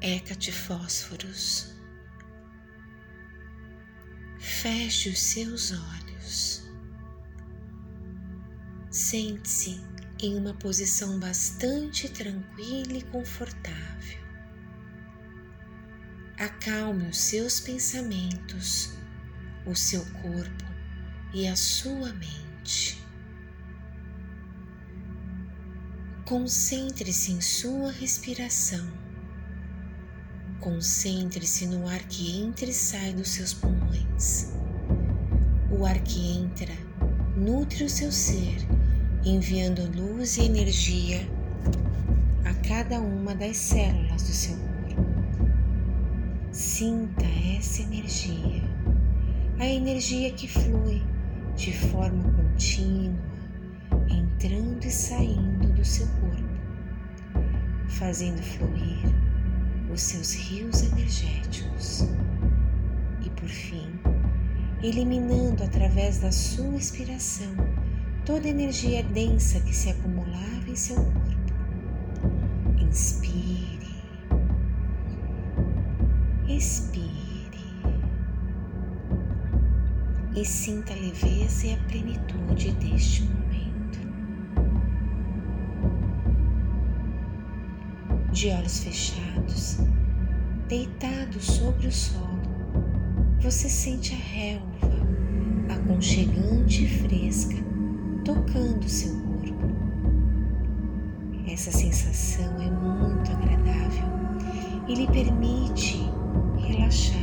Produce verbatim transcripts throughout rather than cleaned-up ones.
Hécate Fósforos. Feche os seus olhos. Sente-se em uma posição bastante tranquila e confortável. Acalme os seus pensamentos, o seu corpo e a sua mente. Concentre-se em sua respiração. Concentre-se no ar que entra e sai dos seus pulmões. O ar que entra nutre o seu ser, enviando luz e energia a cada uma das células do seu corpo. Sinta essa energia, a energia que flui de forma contínua, entrando e saindo do seu corpo, fazendo fluir os seus rios energéticos e, por fim, eliminando através da sua expiração toda a energia densa que se acumulava em seu corpo. Inspire, expire e sinta a leveza e a plenitude deste momento. De olhos fechados, deitado sobre o solo, você sente a relva aconchegante e fresca tocando seu corpo. Essa sensação é muito agradável e lhe permite relaxar.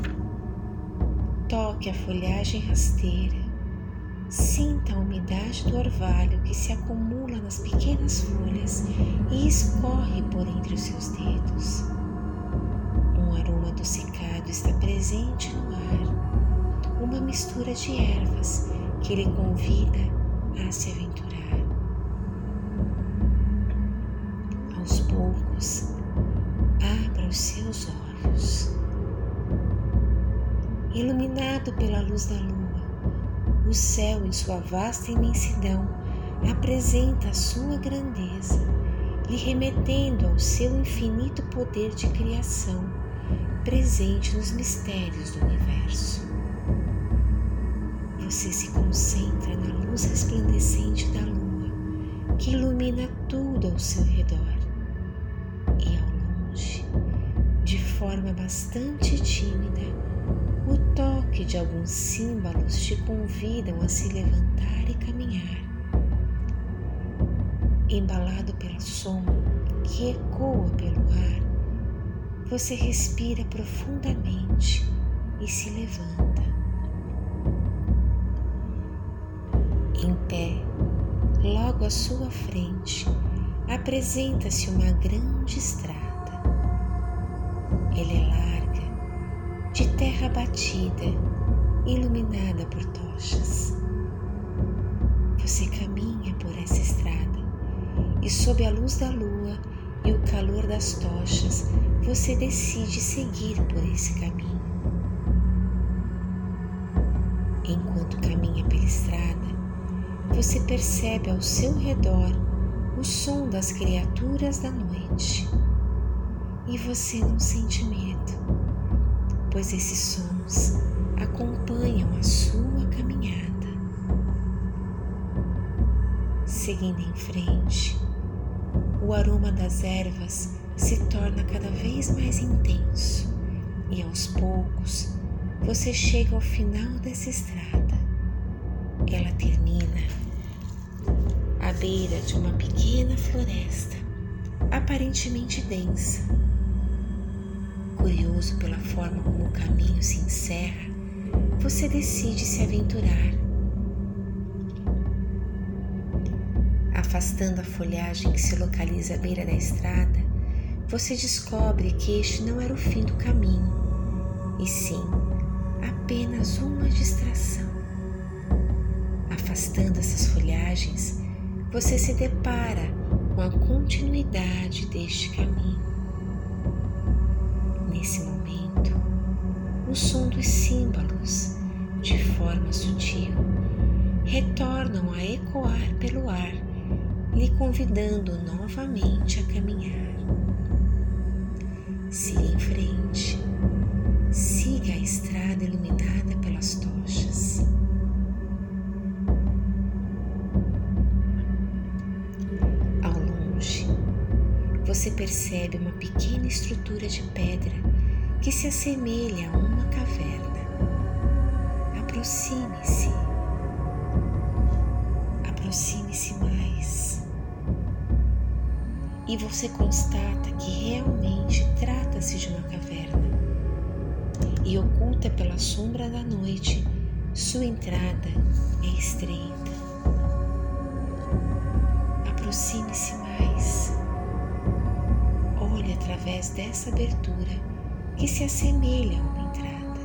Toque a folhagem rasteira, sinta a umidade do orvalho que se acumula nas pequenas folhas e escorre por entre os seus dedos. Um aroma adocicado está presente no ar, uma mistura de ervas que lhe convida a se aventurar. Aos poucos, abra os seus olhos. Iluminado pela luz da lua, o céu em sua vasta imensidão apresenta a sua grandeza, lhe remetendo ao seu infinito poder de criação, presente nos mistérios do universo. Você se concentra na luz resplandecente da lua, que ilumina tudo ao seu redor. E ao longe, de forma bastante tímida, o toque de alguns símbolos te convidam a se levantar e caminhar. Embalado pelo som que ecoa pelo ar, você respira profundamente e se levanta. Em pé, logo à sua frente, apresenta-se uma grande estrada. Ela é larga, de terra batida, iluminada por tochas. Você caminha por essa estrada e, sob a luz da lua e o calor das tochas, você decide seguir por esse caminho. Enquanto caminha pela estrada, você percebe ao seu redor o som das criaturas da noite e você não sente medo, pois esses sons acompanham a sua caminhada. Seguindo em frente, o aroma das ervas se torna cada vez mais intenso e aos poucos você chega ao final dessa estrada. Ela termina à beira de uma pequena floresta, aparentemente densa. Curioso pela forma como o caminho se encerra, você decide se aventurar. Afastando a folhagem que se localiza à beira da estrada, você descobre que este não era o fim do caminho, e sim apenas uma distração. Afastando essas folhagens, você se depara com a continuidade deste caminho. Nesse momento, o som dos símbolos, de forma sutil, retornam a ecoar pelo ar, lhe convidando novamente a caminhar. Siga em frente. Siga a estrada iluminada pelas tochas. Ao longe, você percebe uma pequena estrutura de pedra que se assemelha a uma caverna. Aproxime-se. Aproxime-se mais. E você constata que realmente trata-se de uma caverna. E oculta pela sombra da noite, sua entrada é estreita. Aproxime-se mais. Olhe através dessa abertura que se assemelha a uma entrada.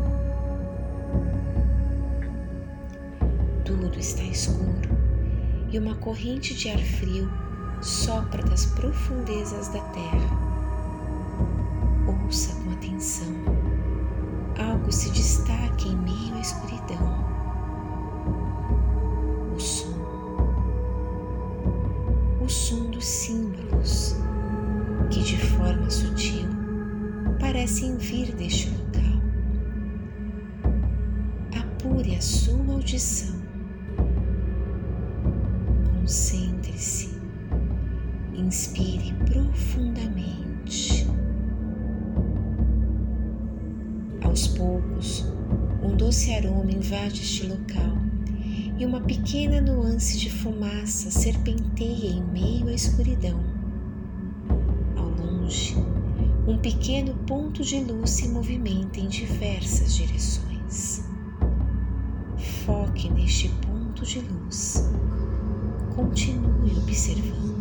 Tudo está escuro e uma corrente de ar frio sopra das profundezas da terra. Ouça com atenção. Algo se destaca em meio à escuridão. O som. O som dos símbolos, que de forma sutil parecem vir deste local. Apure a sua audição. Concentre-se. Inspire profundamente. Aos poucos, um doce aroma invade este local e uma pequena nuance de fumaça serpenteia em meio à escuridão. Ao longe, um pequeno ponto de luz se movimenta em diversas direções. Foque neste ponto de luz. Continue observando.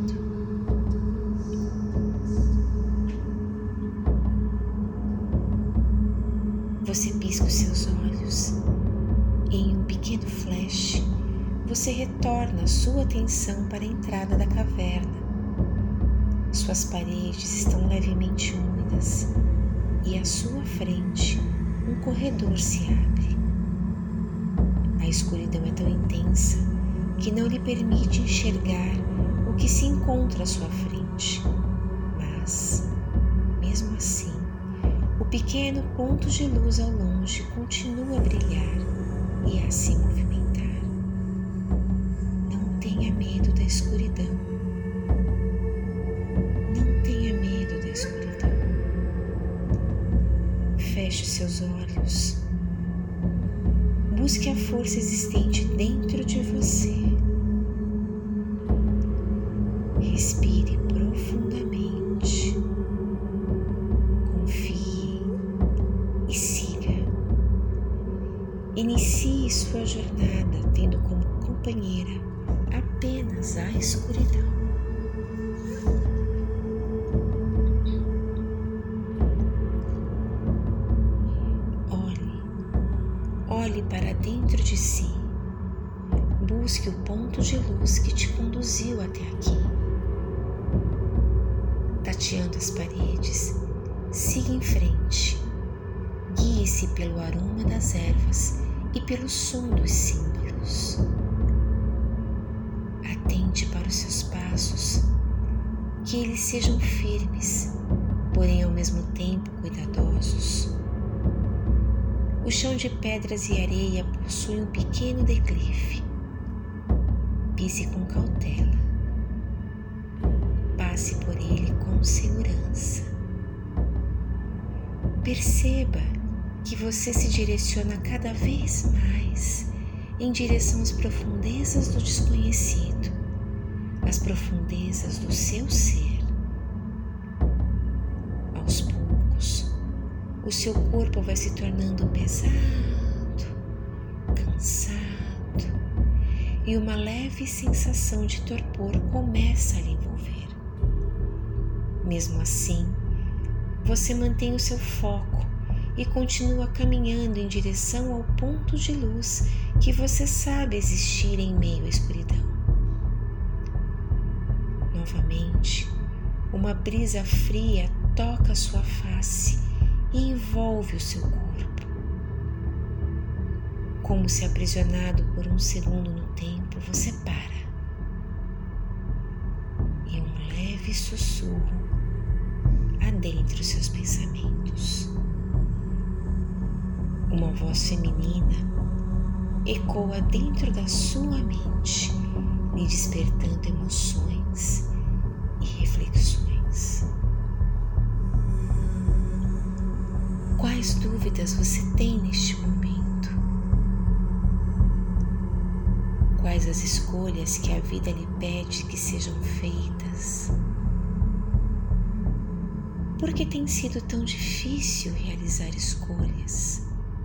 Você pisca os seus olhos e, em um pequeno flash, você retorna a sua atenção para a entrada da caverna. Suas paredes estão levemente úmidas e à sua frente um corredor se abre. A escuridão é tão intensa que não lhe permite enxergar o que se encontra à sua frente, mas, mesmo assim, o pequeno ponto de luz ao longe continua a brilhar e a se movimentar. Não tenha medo da escuridão. Não tenha medo da escuridão. Feche seus olhos. Busque a força existente dentro de você. Respire profundamente. Inicie sua jornada tendo como companheira apenas a escuridão. Olhe, olhe para dentro de si. Busque o ponto de luz que te conduziu até aqui. Tateando as paredes, siga em frente. Guie-se pelo aroma das ervas e pelo som dos símbolos. Atente para os seus passos, que eles sejam firmes, porém ao mesmo tempo cuidadosos. O chão de pedras e areia possui um pequeno declive. Pise com cautela. Passe por ele com segurança. Perceba que você se direciona cada vez mais em direção às profundezas do desconhecido, às profundezas do seu ser. Aos poucos, o seu corpo vai se tornando pesado, cansado, e uma leve sensação de torpor começa a lhe envolver. Mesmo assim, você mantém o seu foco e continua caminhando em direção ao ponto de luz que você sabe existir em meio à escuridão. Novamente, uma brisa fria toca sua face e envolve o seu corpo. Como se aprisionado por um segundo no tempo, você para. E um leve sussurro adentre os seus pensamentos. Uma voz feminina ecoa dentro da sua mente, lhe despertando emoções e reflexões. Quais dúvidas você tem neste momento? Quais as escolhas que a vida lhe pede que sejam feitas? Por que tem sido tão difícil realizar escolhas?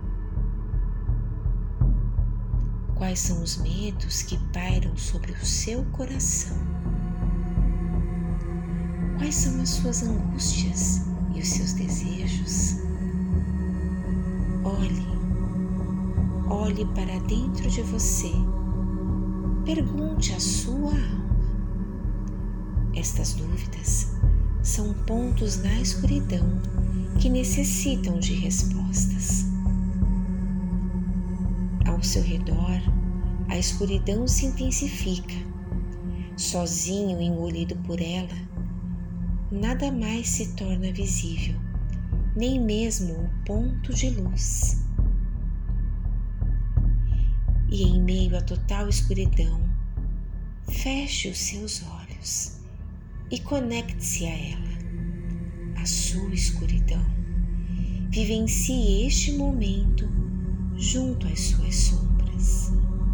Quais são os medos que pairam sobre o seu coração? Quais são as suas angústias e os seus desejos? Olhe, olhe para dentro de você. Pergunte à sua alma. Estas dúvidas são pontos na escuridão que necessitam de respostas. Ao seu redor, a escuridão se intensifica. Sozinho, engolido por ela, nada mais se torna visível, nem mesmo o ponto de luz. E em meio à total escuridão, feche os seus olhos e conecte-se a ela, a sua escuridão. Vivencie este momento junto às suas sombras.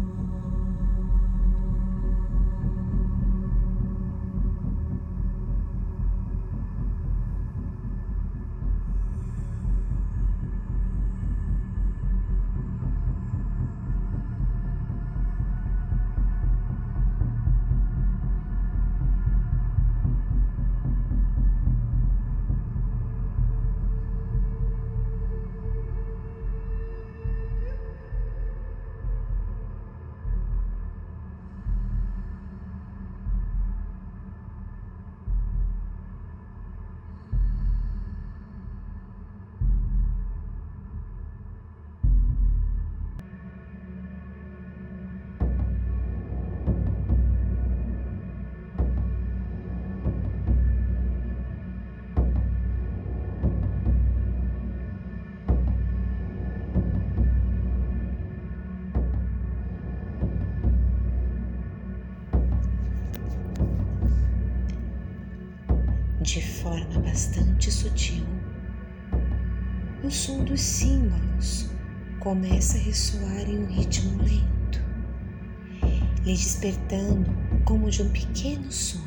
De forma bastante sutil, o som dos símbolos começa a ressoar em um ritmo lento, lhe despertando como de um pequeno sonho.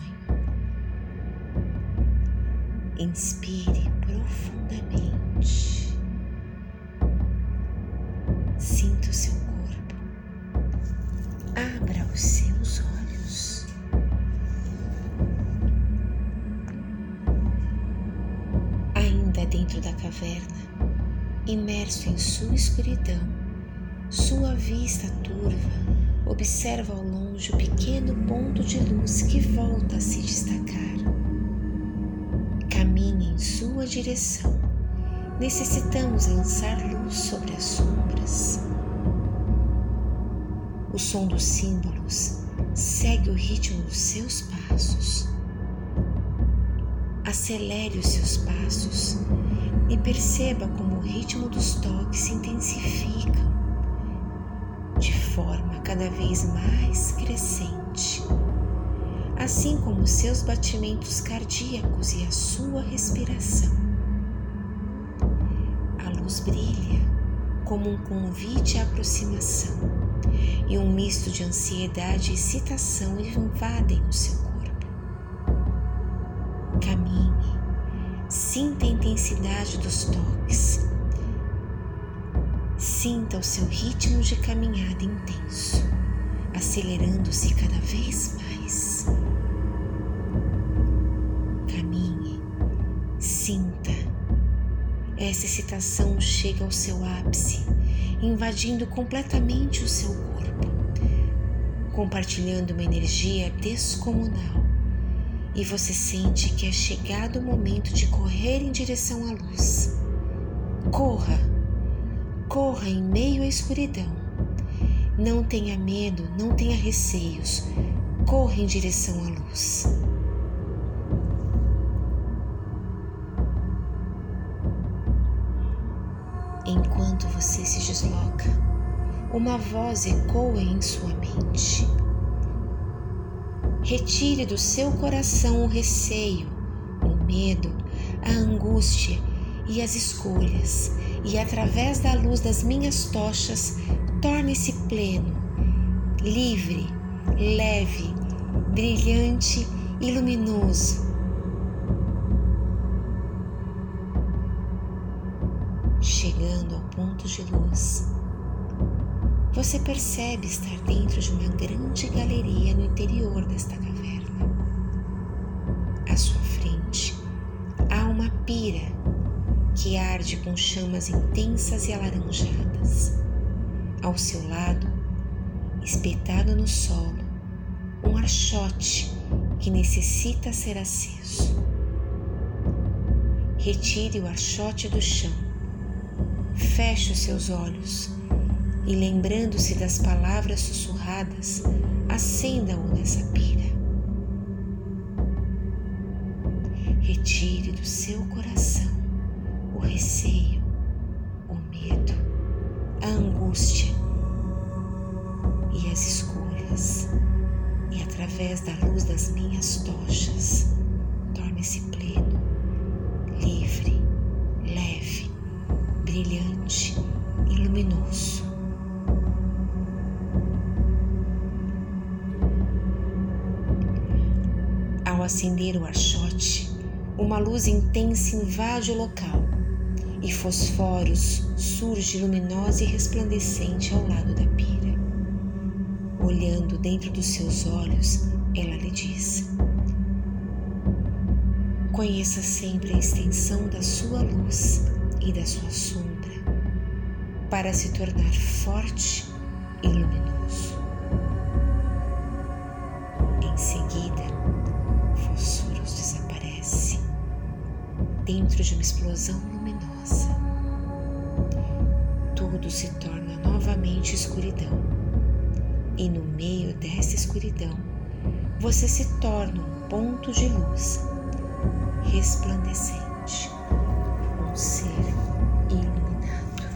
Inspire profundamente. Sinta o seu corpo. Abra os seus olhos. Dentro da caverna, imerso em sua escuridão, sua vista turva observa ao longe o pequeno ponto de luz que volta a se destacar. Caminhe em sua direção. Necessitamos lançar luz sobre as sombras. O som dos símbolos segue o ritmo dos seus passos. Acelere os seus passos e perceba como o ritmo dos toques se intensifica de forma cada vez mais crescente, assim como os seus batimentos cardíacos e a sua respiração. A luz brilha como um convite à aproximação e um misto de ansiedade e excitação invadem o seu corpo. Caminhe, sinta a intensidade dos toques, sinta o seu ritmo de caminhada intenso, acelerando-se cada vez mais. Caminhe, sinta, essa excitação chega ao seu ápice, invadindo completamente o seu corpo, compartilhando uma energia descomunal. E você sente que é chegado o momento de correr em direção à luz. Corra, corra em meio à escuridão. Não tenha medo, não tenha receios. Corra em direção à luz. Enquanto você se desloca, uma voz ecoa em sua mente. Retire do seu coração o receio, o medo, a angústia e as escolhas, e através da luz das minhas tochas, torne-se pleno, livre, leve, brilhante e luminoso. Chegando ao ponto de luz, você percebe estar dentro de uma grande galeria no interior desta caverna. À sua frente, há uma pira que arde com chamas intensas e alaranjadas. Ao seu lado, espetado no solo, um archote que necessita ser aceso. Retire o archote do chão, feche os seus olhos e, lembrando-se das palavras sussurradas, acenda-o nessa pira. Retire do seu coração o receio, o medo, a angústia e as escolhas, e através da luz das minhas tochas, torne-se pleno, livre, leve, brilhante e luminoso. Ao acender o archote, uma luz intensa invade o local e Fosforos surge luminosa e resplandecente ao lado da pira. Olhando dentro dos seus olhos, ela lhe diz: conheça sempre a extensão da sua luz e da sua sombra para se tornar forte e luminoso. Em seguida, Fosforos desaparece dentro de uma explosão luminosa. Tudo se torna novamente escuridão, e no meio dessa escuridão, você se torna um ponto de luz resplandecente, um ser iluminado.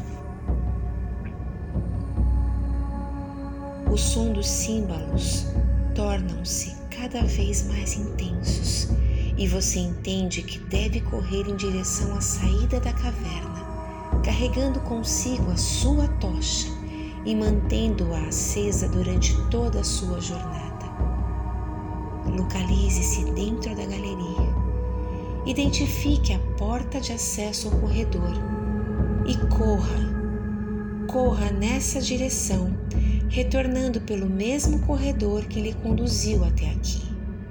O som dos símbolos tornam-se cada vez mais intensos e você entende que deve correr em direção à saída da caverna, carregando consigo a sua tocha e mantendo-a acesa durante toda a sua jornada. Localize-se dentro da galeria, identifique a porta de acesso ao corredor e corra, corra nessa direção, retornando pelo mesmo corredor que lhe conduziu até aqui.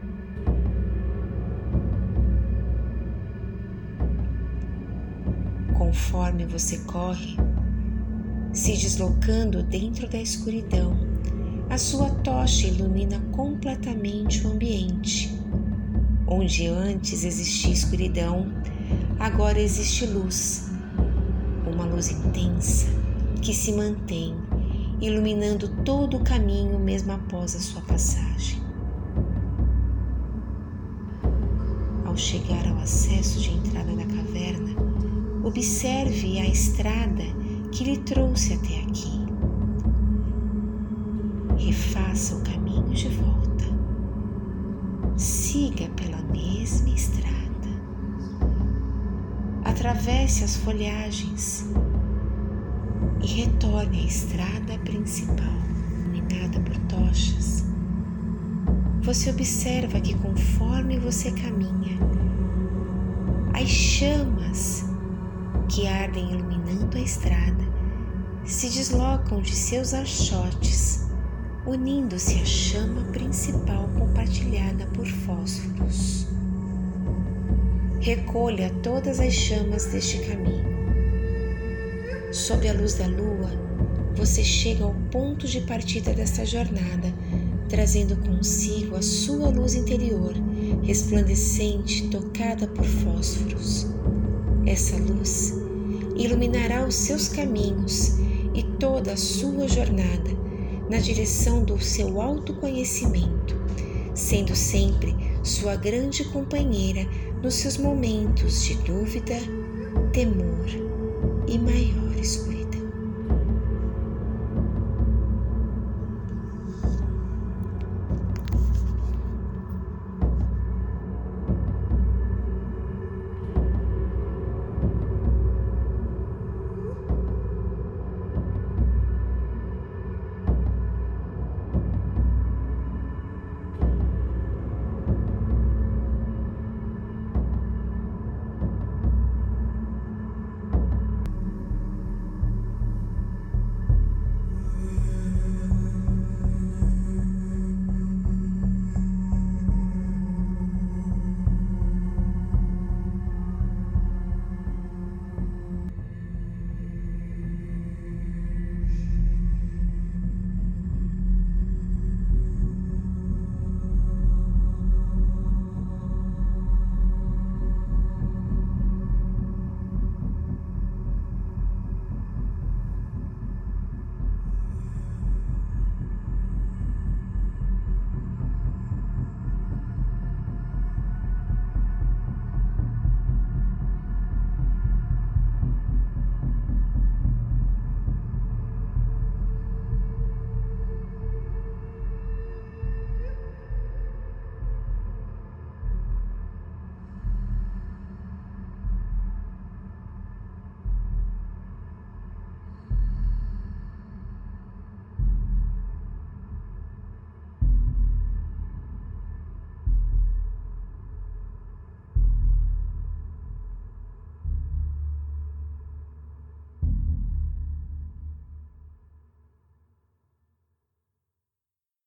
Conforme você corre, se deslocando dentro da escuridão, a sua tocha ilumina completamente o ambiente. Onde antes existia escuridão, agora existe luz, uma luz intensa que se mantém, iluminando todo o caminho mesmo após a sua passagem. Ao chegar ao acesso de entrada da caverna, observe a estrada que lhe trouxe até aqui. Refaça o caminho de volta. Siga pela mesma estrada. Atravesse as folhagens e retorne à estrada principal, iluminada por tochas. Você observa que conforme você caminha, as chamas que ardem iluminando a estrada se deslocam de seus archotes, unindo-se à chama principal compartilhada por fósforos. Recolha todas as chamas deste caminho. Sob a luz da lua, você chega ao ponto de partida desta jornada, trazendo consigo a sua luz interior, resplandecente, tocada por fósforos. Essa luz iluminará os seus caminhos e toda a sua jornada na direção do seu autoconhecimento, sendo sempre sua grande companheira nos seus momentos de dúvida, temor e maior escuridão.